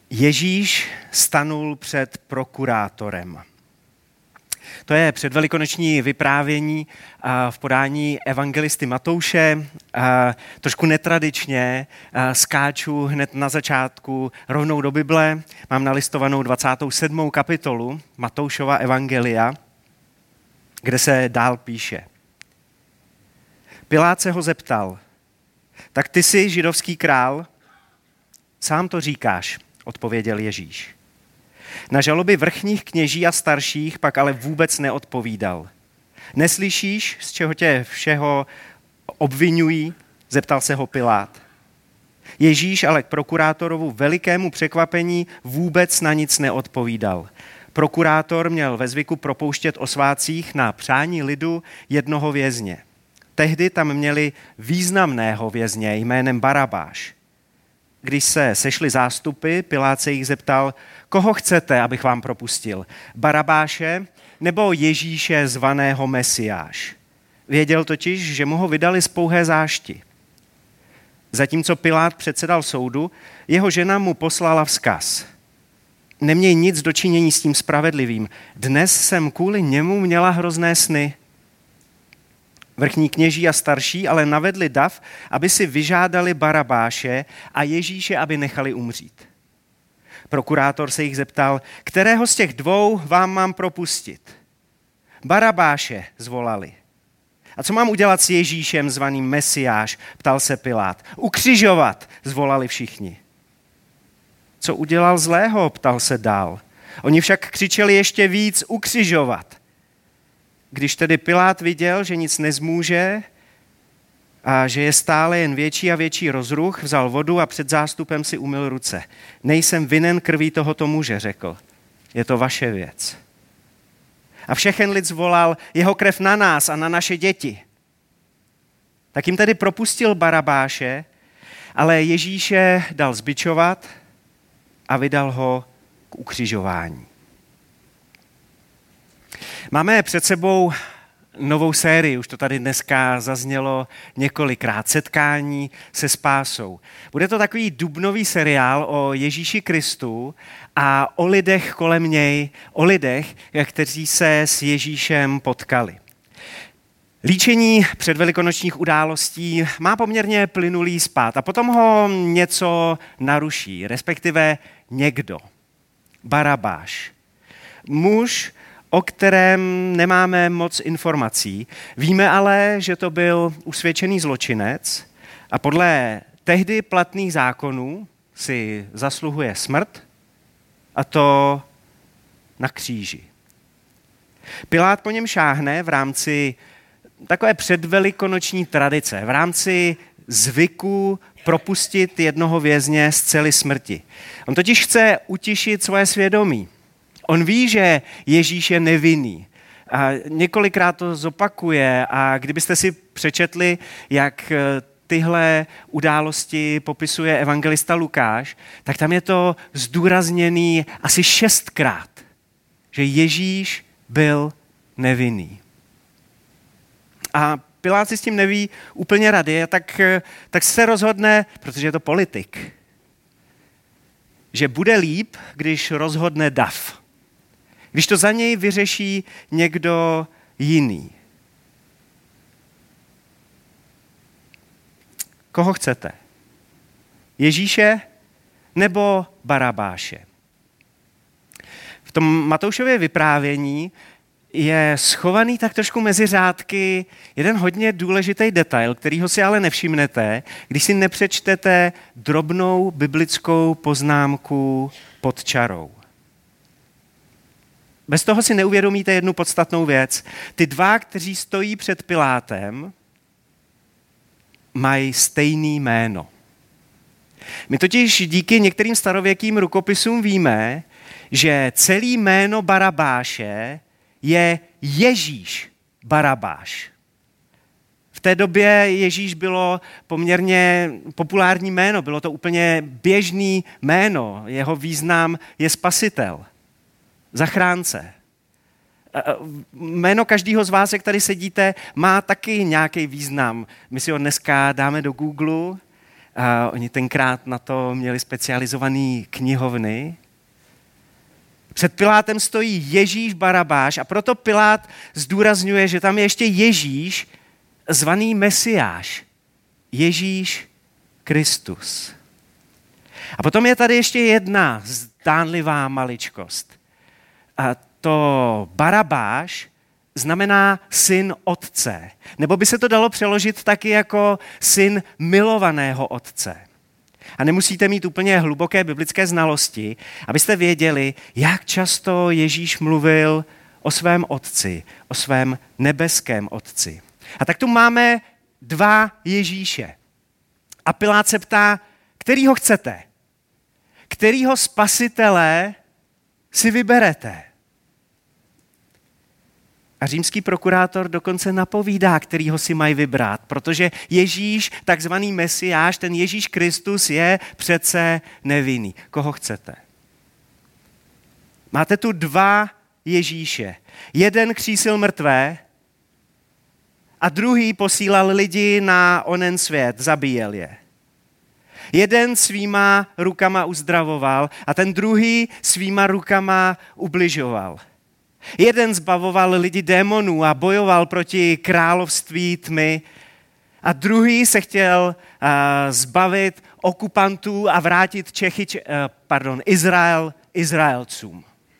Ježíš stanul před prokurátorem. To je předvelikonoční vyprávění v podání evangelisty Matouše. Trošku netradičně skáču hned na začátku rovnou do Bible. Mám nalistovanou 27. kapitolu Matoušova evangelia, kde se dál píše. Pilát se ho zeptal, tak ty jsi židovský král? Sám to říkáš, odpověděl Ježíš. Na žaloby vrchních kněží a starších pak ale vůbec neodpovídal. Neslyšíš, z čeho tě všeho obvinují? Zeptal se ho Pilát. Ježíš ale k prokurátorovu velikému překvapení vůbec na nic neodpovídal. Prokurátor měl ve zvyku propouštět o svátcích na přání lidu jednoho vězně. Tehdy tam měli významného vězně jménem Barabáš. Když se sešli zástupy, Pilát se jich zeptal, koho chcete, abych vám propustil? Barabáše nebo Ježíše zvaného Mesiáš? Věděl totiž, že mu ho vydali z pouhé zášti. Zatímco Pilát předsedal soudu, jeho žena mu poslala vzkaz. Neměj nic dočinění s tím spravedlivým. Dnes jsem kvůli němu měla hrozné sny. Vrchní kněží a starší ale navedli dav, aby si vyžádali Barabáše a Ježíše, aby nechali umřít. Prokurátor se jich zeptal, kterého z těch dvou vám mám propustit? Barabáše, zvolali. A co mám udělat s Ježíšem zvaným Mesiáš, ptal se Pilát. Ukřižovat, zvolali všichni. Co udělal zlého, ptal se dál. Oni však křičeli ještě víc, ukřižovat. Když tedy Pilát viděl, že nic nezmůže a že je stále jen větší a větší rozruch, vzal vodu a před zástupem si umyl ruce. Nejsem vinen krví tohoto muže, řekl. Je to vaše věc. A všechen lid zvolal, jeho krev na nás a na naše děti. Tak jim tedy propustil Barabáše, ale Ježíše dal zbičovat a vydal ho k ukřižování. Máme před sebou novou sérii, už to tady dneska zaznělo několikrát, setkání se spásou. Bude to takový dubnový seriál o Ježíši Kristu a o lidech kolem něj, o lidech, kteří se s Ježíšem potkali. Líčení předvelikonočních událostí má poměrně plynulý spád a potom ho něco naruší, respektive někdo. Barabáš. Muž, o kterém nemáme moc informací. Víme ale, že to byl usvědčený zločinec a podle tehdy platných zákonů si zasluhuje smrt, a to na kříži. Pilát po něm šáhne v rámci takové předvelikonoční tradice, v rámci zvyku propustit jednoho vězně z cely smrti. On totiž chce utišit svoje svědomí. On ví, že Ježíš je nevinný. A několikrát to zopakuje a kdybyste si přečetli, jak tyhle události popisuje evangelista Lukáš, tak tam je to zdůrazněný asi 6krát, že Ježíš byl nevinný. A Pilát si s tím neví úplně rady, tak se rozhodne, protože je to politik, že bude líp, když rozhodne dav. Když to za něj vyřeší někdo jiný. Koho chcete? Ježíše nebo Barabáše? V tom Matoušově vyprávění je schovaný tak trošku mezi řádky jeden hodně důležitý detail, kterýho si ale nevšimnete, když si nepřečtete drobnou biblickou poznámku pod čarou. Bez toho si neuvědomíte jednu podstatnou věc. Ty dva, kteří stojí před Pilátem, mají stejný jméno. My totiž díky některým starověkým rukopisům víme, že celý jméno Barabáše je Ježíš Barabáš. V té době Ježíš bylo poměrně populární jméno, bylo to úplně běžný jméno. Jeho význam je spasitel, zachránce. Jméno každého z vás, jak tady sedíte, má taky nějaký význam. My si ho dneska dáme do Google Oni tenkrát na to měli specializované knihovny. Před Pilátem stojí Ježíš Barabáš a proto Pilát zdůrazňuje, že tam je ještě Ježíš, zvaný Mesiáš. Ježíš Kristus. A potom je tady ještě jedna zdánlivá maličkost. A to Barabáš znamená syn otce. Nebo by se to dalo přeložit taky jako syn milovaného otce. A nemusíte mít úplně hluboké biblické znalosti, abyste věděli, jak často Ježíš mluvil o svém otci, o svém nebeském otci. A tak tu máme dva Ježíše. A Pilát se ptá, kterýho chcete? Kterýho spasitele si vyberete? A římský prokurátor dokonce napovídá, kterýho si mají vybrat, protože Ježíš, takzvaný Mesiáš, ten Ježíš Kristus je přece nevinný. Koho chcete? Máte tu dva Ježíše. Jeden křísil mrtvé a druhý posílal lidi na onen svět, zabíjel je. Jeden svýma rukama uzdravoval a ten druhý svýma rukama ubližoval. Jeden zbavoval lidi démonů a bojoval proti království tmy a druhý se chtěl zbavit okupantů a vrátit Izrael Izraelcům.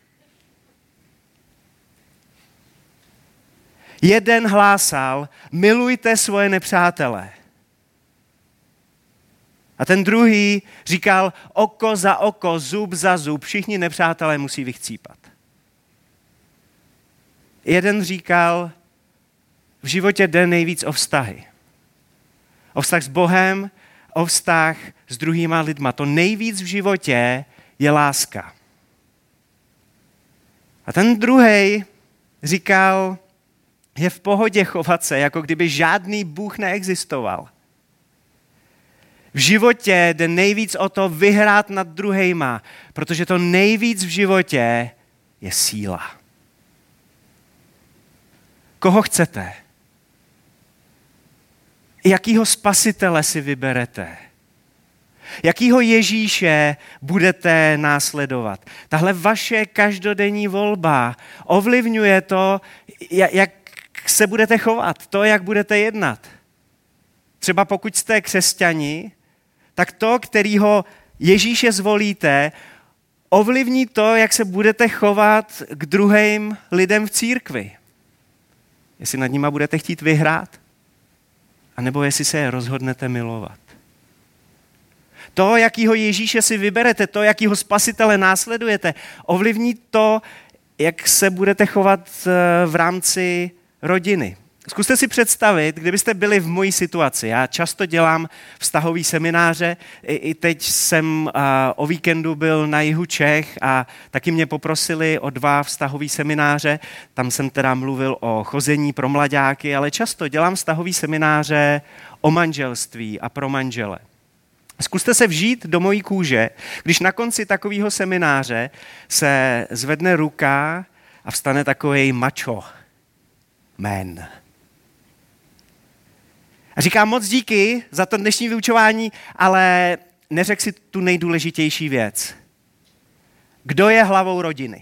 Jeden hlásal, milujte svoje nepřátele. A ten druhý říkal, oko za oko, zub za zub, všichni nepřátelé musí vychcípat. Jeden říkal, v životě jde nejvíc o vztahy. O vztah s Bohem, o vztah s druhýma lidma. To nejvíc v životě je láska. A ten druhý říkal, je v pohodě chovat se, jako kdyby žádný Bůh neexistoval. V životě jde nejvíc o to vyhrát nad druhejma, protože to nejvíc v životě je síla. Koho chcete? Jakýho spasitele si vyberete? Jakýho Ježíše budete následovat? Tahle vaše každodenní volba ovlivňuje to, jak se budete chovat, to, jak budete jednat. Třeba pokud jste křesťani, tak to, kterýho Ježíše zvolíte, ovlivní to, jak se budete chovat k druhým lidem v církvi. Jestli nad nima budete chtít vyhrát, anebo jestli se je rozhodnete milovat. To, jakýho Ježíše si vyberete, to, jakýho spasitele následujete, ovlivní to, jak se budete chovat v rámci rodiny. Zkuste si představit, kdybyste byli v mojí situaci. Já často dělám vztahový semináře, i teď jsem o víkendu byl na jihu Čech a taky mě poprosili o 2 vztahový semináře. Tam jsem teda mluvil o chození pro mlaďáky, ale často dělám vztahový semináře o manželství a pro manžele. Zkuste se vžít do mojí kůže, když na konci takového semináře se zvedne ruka a vstane takovej macho man. A říkám moc díky za to dnešní vyučování, ale neřekl si tu nejdůležitější věc. Kdo je hlavou rodiny?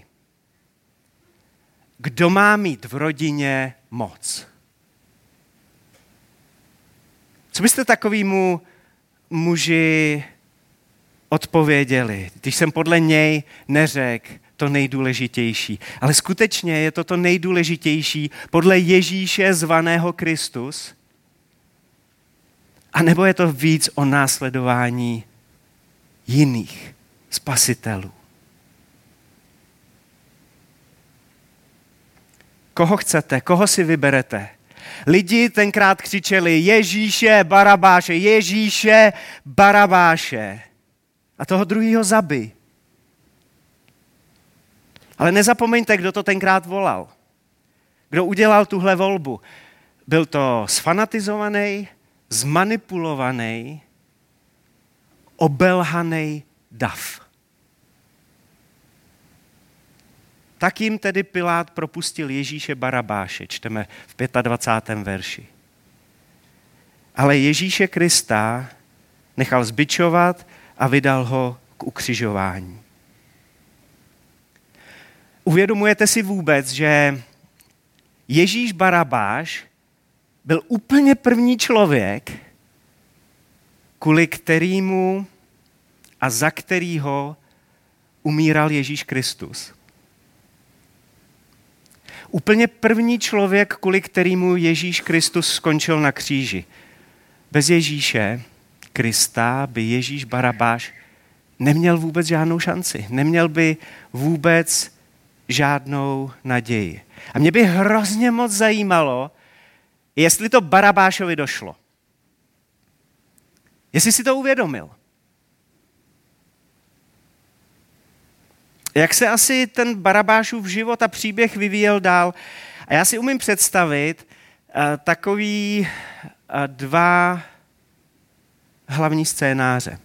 Kdo má mít v rodině moc? Co byste takovému muži odpověděli, když jsem podle něj neřekl to nejdůležitější? Ale skutečně je to nejdůležitější podle Ježíše zvaného Kristus? A nebo je to víc o následování jiných spasitelů? Koho chcete? Koho si vyberete? Lidi tenkrát křičeli Ježíše Barabáše, Ježíše Barabáše. A toho druhýho zabij. Ale nezapomeňte, kdo to tenkrát volal. Kdo udělal tuhle volbu. Byl to sfanatizovaný, zmanipulovaný, obelhaný dav. Tak jim tedy Pilát propustil Ježíše Barabáše, čteme v 25. verši. Ale Ježíše Krista nechal zbičovat a vydal ho k ukřižování. Uvědomujete si vůbec, že Ježíš Barabáš byl úplně první člověk, kvůli kterému a za kterýho umíral Ježíš Kristus. Úplně první člověk, kvůli kterému Ježíš Kristus skončil na kříži. Bez Ježíše Krista by Ježíš Barabáš neměl vůbec žádnou šanci. Neměl by vůbec žádnou naději. A mě by hrozně moc zajímalo, jestli to Barabášovi došlo. Jestli si to uvědomil. Jak se asi ten Barabášův život a příběh vyvíjel dál. A já si umím představit takový dva hlavní scénáře.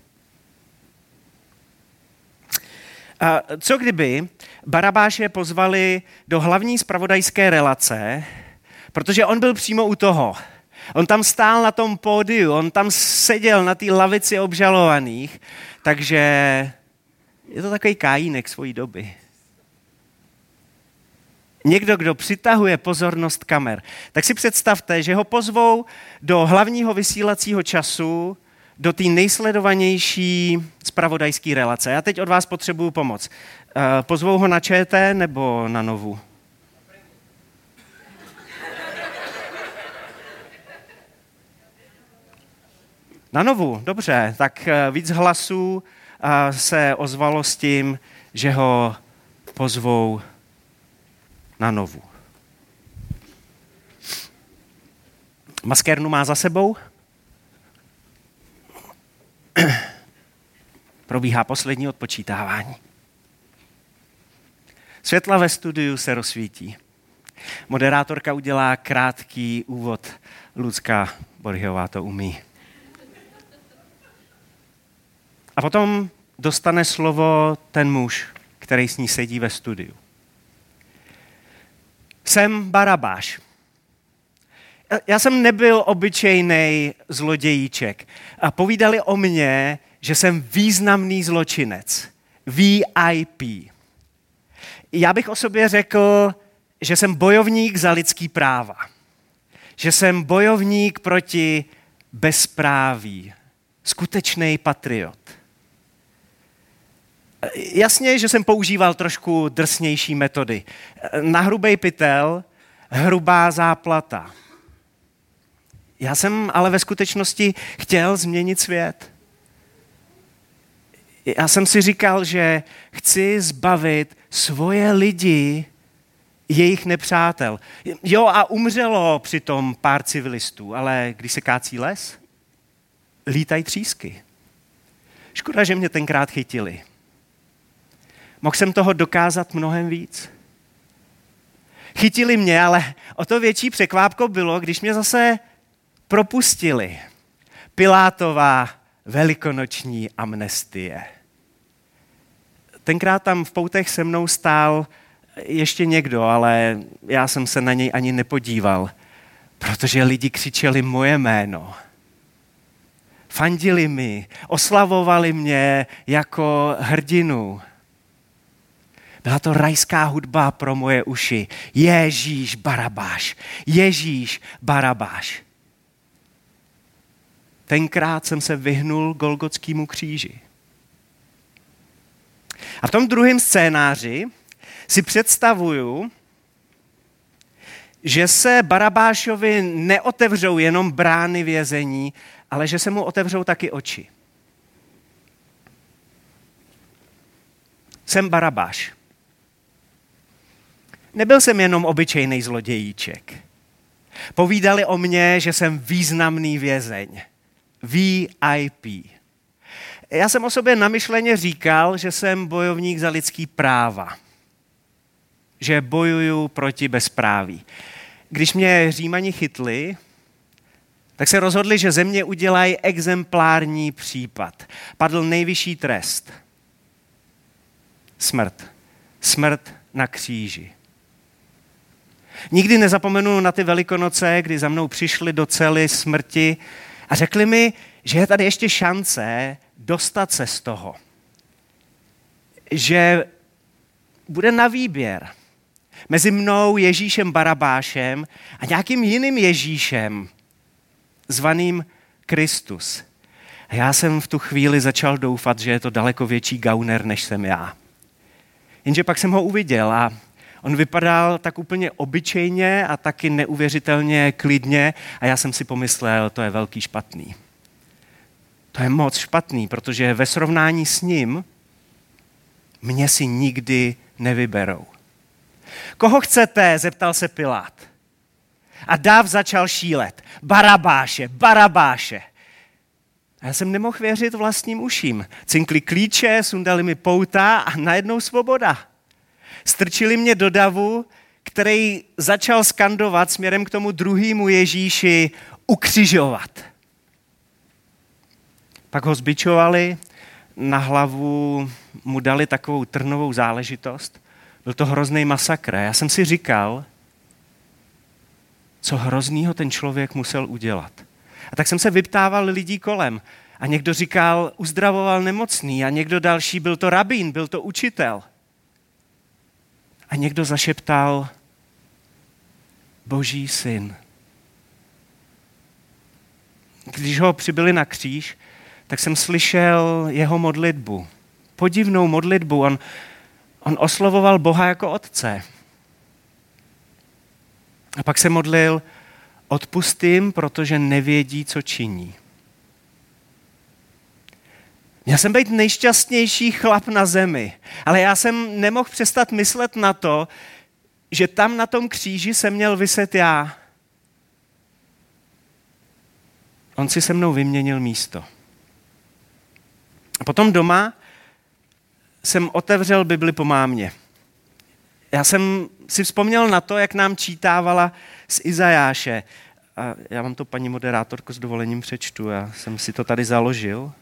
Co kdyby Barabáše pozvali do hlavní zpravodajské relace, protože on byl přímo u toho. On tam stál na tom pódiu, on tam seděl na té lavici obžalovaných, takže je to takový Kajínek svojí doby. Někdo, kdo přitahuje pozornost kamer. Tak si představte, že ho pozvou do hlavního vysílacího času, do té nejsledovanější zpravodajské relace. Já teď od vás potřebuju pomoc. Pozvou ho na ČT nebo na Novu? Na Novu, dobře. Tak víc hlasů se ozvalo s tím, že ho pozvou na Novu. Maskérnu má za sebou. Probíhá poslední odpočítávání. Světla ve studiu se rozsvítí. Moderátorka udělá krátký úvod. Lucka Borhyová to umí. A potom dostane slovo ten muž, který s ní sedí ve studiu. Jsem Barabáš. Já jsem nebyl obyčejný zlodějíček. A povídali o mně, že jsem významný zločinec. VIP. Já bych o sobě řekl, že jsem bojovník za lidský práva. Že jsem bojovník proti bezpráví. Skutečný patriot. Jasně, že jsem používal trošku drsnější metody. Na hrubej pytel, hrubá záplata. Já jsem ale ve skutečnosti chtěl změnit svět. Já jsem si říkal, že chci zbavit svoje lidi jejich nepřátel. Jo, a umřelo přitom pár civilistů, ale když se kácí les, lítají třísky. Škoda, že mě tenkrát chytili. Mohl jsem toho dokázat mnohem víc. Chytili mě, ale o to větší překvápko bylo, když mě zase propustili. Pilátová velikonoční amnestie. Tenkrát tam v poutech se mnou stál ještě někdo, ale já jsem se na něj ani nepodíval, protože lidi křičeli moje jméno. Fandili mi, oslavovali mě jako hrdinu. Byla to rajská hudba pro moje uši. Ježíš Barabáš, Ježíš Barabáš. Tenkrát jsem se vyhnul Golgotskému kříži. A v tom druhém scénáři si představuju, že se Barabášovi neotevřou jenom brány vězení, ale že se mu otevřou taky oči. Jsem Barabáš. Nebyl jsem jenom obyčejný zlodějíček. Povídali o mně, že jsem významný vězeň. VIP. Já jsem o sobě namyšleně říkal, že jsem bojovník za lidský práva. Že bojuju proti bezpráví. Když mě Římani chytli, tak se rozhodli, že ze mě udělají exemplární případ. Padl nejvyšší trest. Smrt. Smrt na kříži. Nikdy nezapomenu na ty Velikonoce, kdy za mnou přišli do cely smrti a řekli mi, že je tady ještě šance dostat se z toho. Že bude na výběr mezi mnou, Ježíšem Barabášem a nějakým jiným Ježíšem, zvaným Kristus. A já jsem v tu chvíli začal doufat, že je to daleko větší gauner, než jsem já. Jenže pak jsem ho uviděl a on vypadal tak úplně obyčejně a taky neuvěřitelně klidně a já jsem si pomyslel, to je velký špatný. To je moc špatný, protože ve srovnání s ním mě si nikdy nevyberou. Koho chcete? Zeptal se Pilát. A dáv začal šílet. Barabáše, Barabáše. A já jsem nemohl věřit vlastním uším. Cinkli klíče, sundali mi pouta a najednou svoboda. Strčili mě do davu, který začal skandovat směrem k tomu druhému Ježíši ukřižovat. Pak ho zbičovali, na hlavu mu dali takovou trnovou záležitost. Byl to hrozný masakr. Já jsem si říkal, co hroznýho ten člověk musel udělat. A tak jsem se vyptával lidí kolem. A někdo říkal, uzdravoval nemocný. A někdo další, byl to rabín, byl to učitel. A někdo zašeptal, Boží syn. Když ho přibili na kříž, tak jsem slyšel jeho modlitbu. Podivnou modlitbu. On oslovoval Boha jako otce. A pak se modlil, odpusť jim, protože nevědí, co činí. Měl jsem být nejšťastnější chlap na zemi, ale já jsem nemohl přestat myslet na to, že tam na tom kříži jsem měl viset já. On si se mnou vyměnil místo. A potom doma jsem otevřel Bibli po mámě. Já jsem si vzpomněl na to, jak nám čítávala z Izajáše. A já vám to, paní moderátorko, s dovolením přečtu. Já jsem si to tady založil.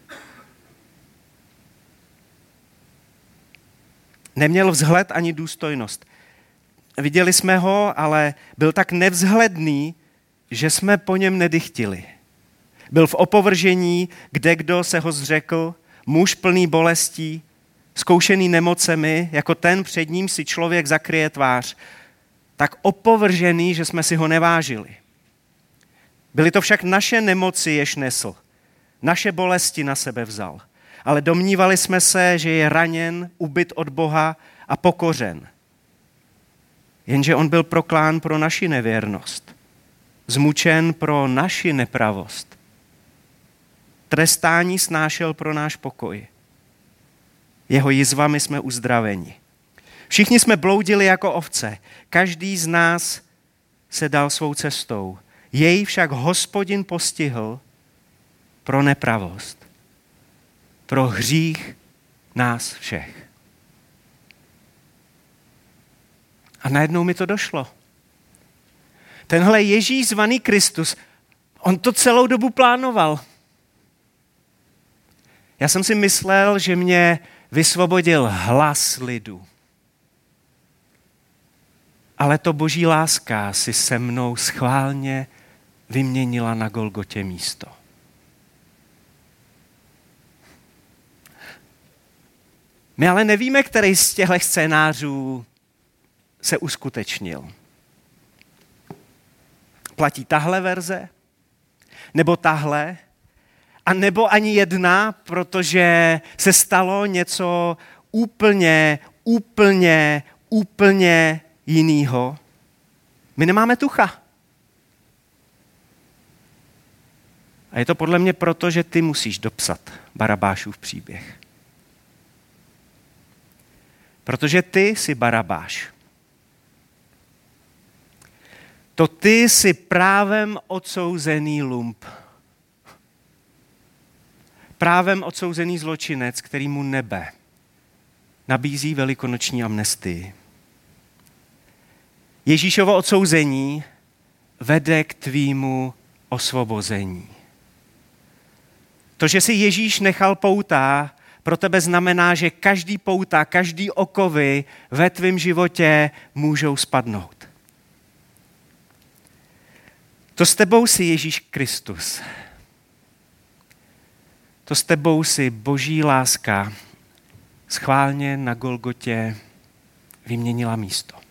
Neměl vzhled ani důstojnost. Viděli jsme ho, ale byl tak nevzhledný, že jsme po něm nedychtili. Byl v opovržení, kdekdo se ho zřekl, muž plný bolestí, zkoušený nemocemi, jako ten, před ním si člověk zakryje tvář, tak opovržený, že jsme si ho nevážili. Byly to však naše nemoci, jež nesl. Naše bolesti na sebe vzal. Ale domnívali jsme se, že je raněn, ubyt od Boha a pokořen. Jenže on byl proklán pro naši nevěrnost, zmučen pro naši nepravost. Trestání snášel pro náš pokoj. Jeho jizvami jsme uzdraveni. Všichni jsme bloudili jako ovce. Každý z nás se dal svou cestou. Jej však Hospodin postihl pro nepravost. Pro hřích nás všech. A najednou mi to došlo. Tenhle Ježíš zvaný Kristus, on to celou dobu plánoval. Já jsem si myslel, že mě vysvobodil hlas lidu. Ale to Boží láska si se mnou schválně vyměnila na Golgotě místo. My ale nevíme, který z těchto scénářů se uskutečnil. Platí tahle verze? Nebo tahle? A nebo ani jedna, protože se stalo něco úplně jinýho. My nemáme tucha. A je to podle mě proto, že ty musíš dopsat Barabášův příběh. Protože ty jsi Barabáš. To ty jsi právem odsouzený lump. Právem odsouzený zločinec, který mu nebe nabízí velikonoční amnestii. Ježíšovo odsouzení vede k tvýmu osvobození. To, že si Ježíš nechal pouta, pro tebe znamená, že každý pouta, každý okovy ve tvém životě můžou spadnout. To s tebou si Ježíš Kristus. To s tebou si boží láska schválně na Golgotě vyměnila místo.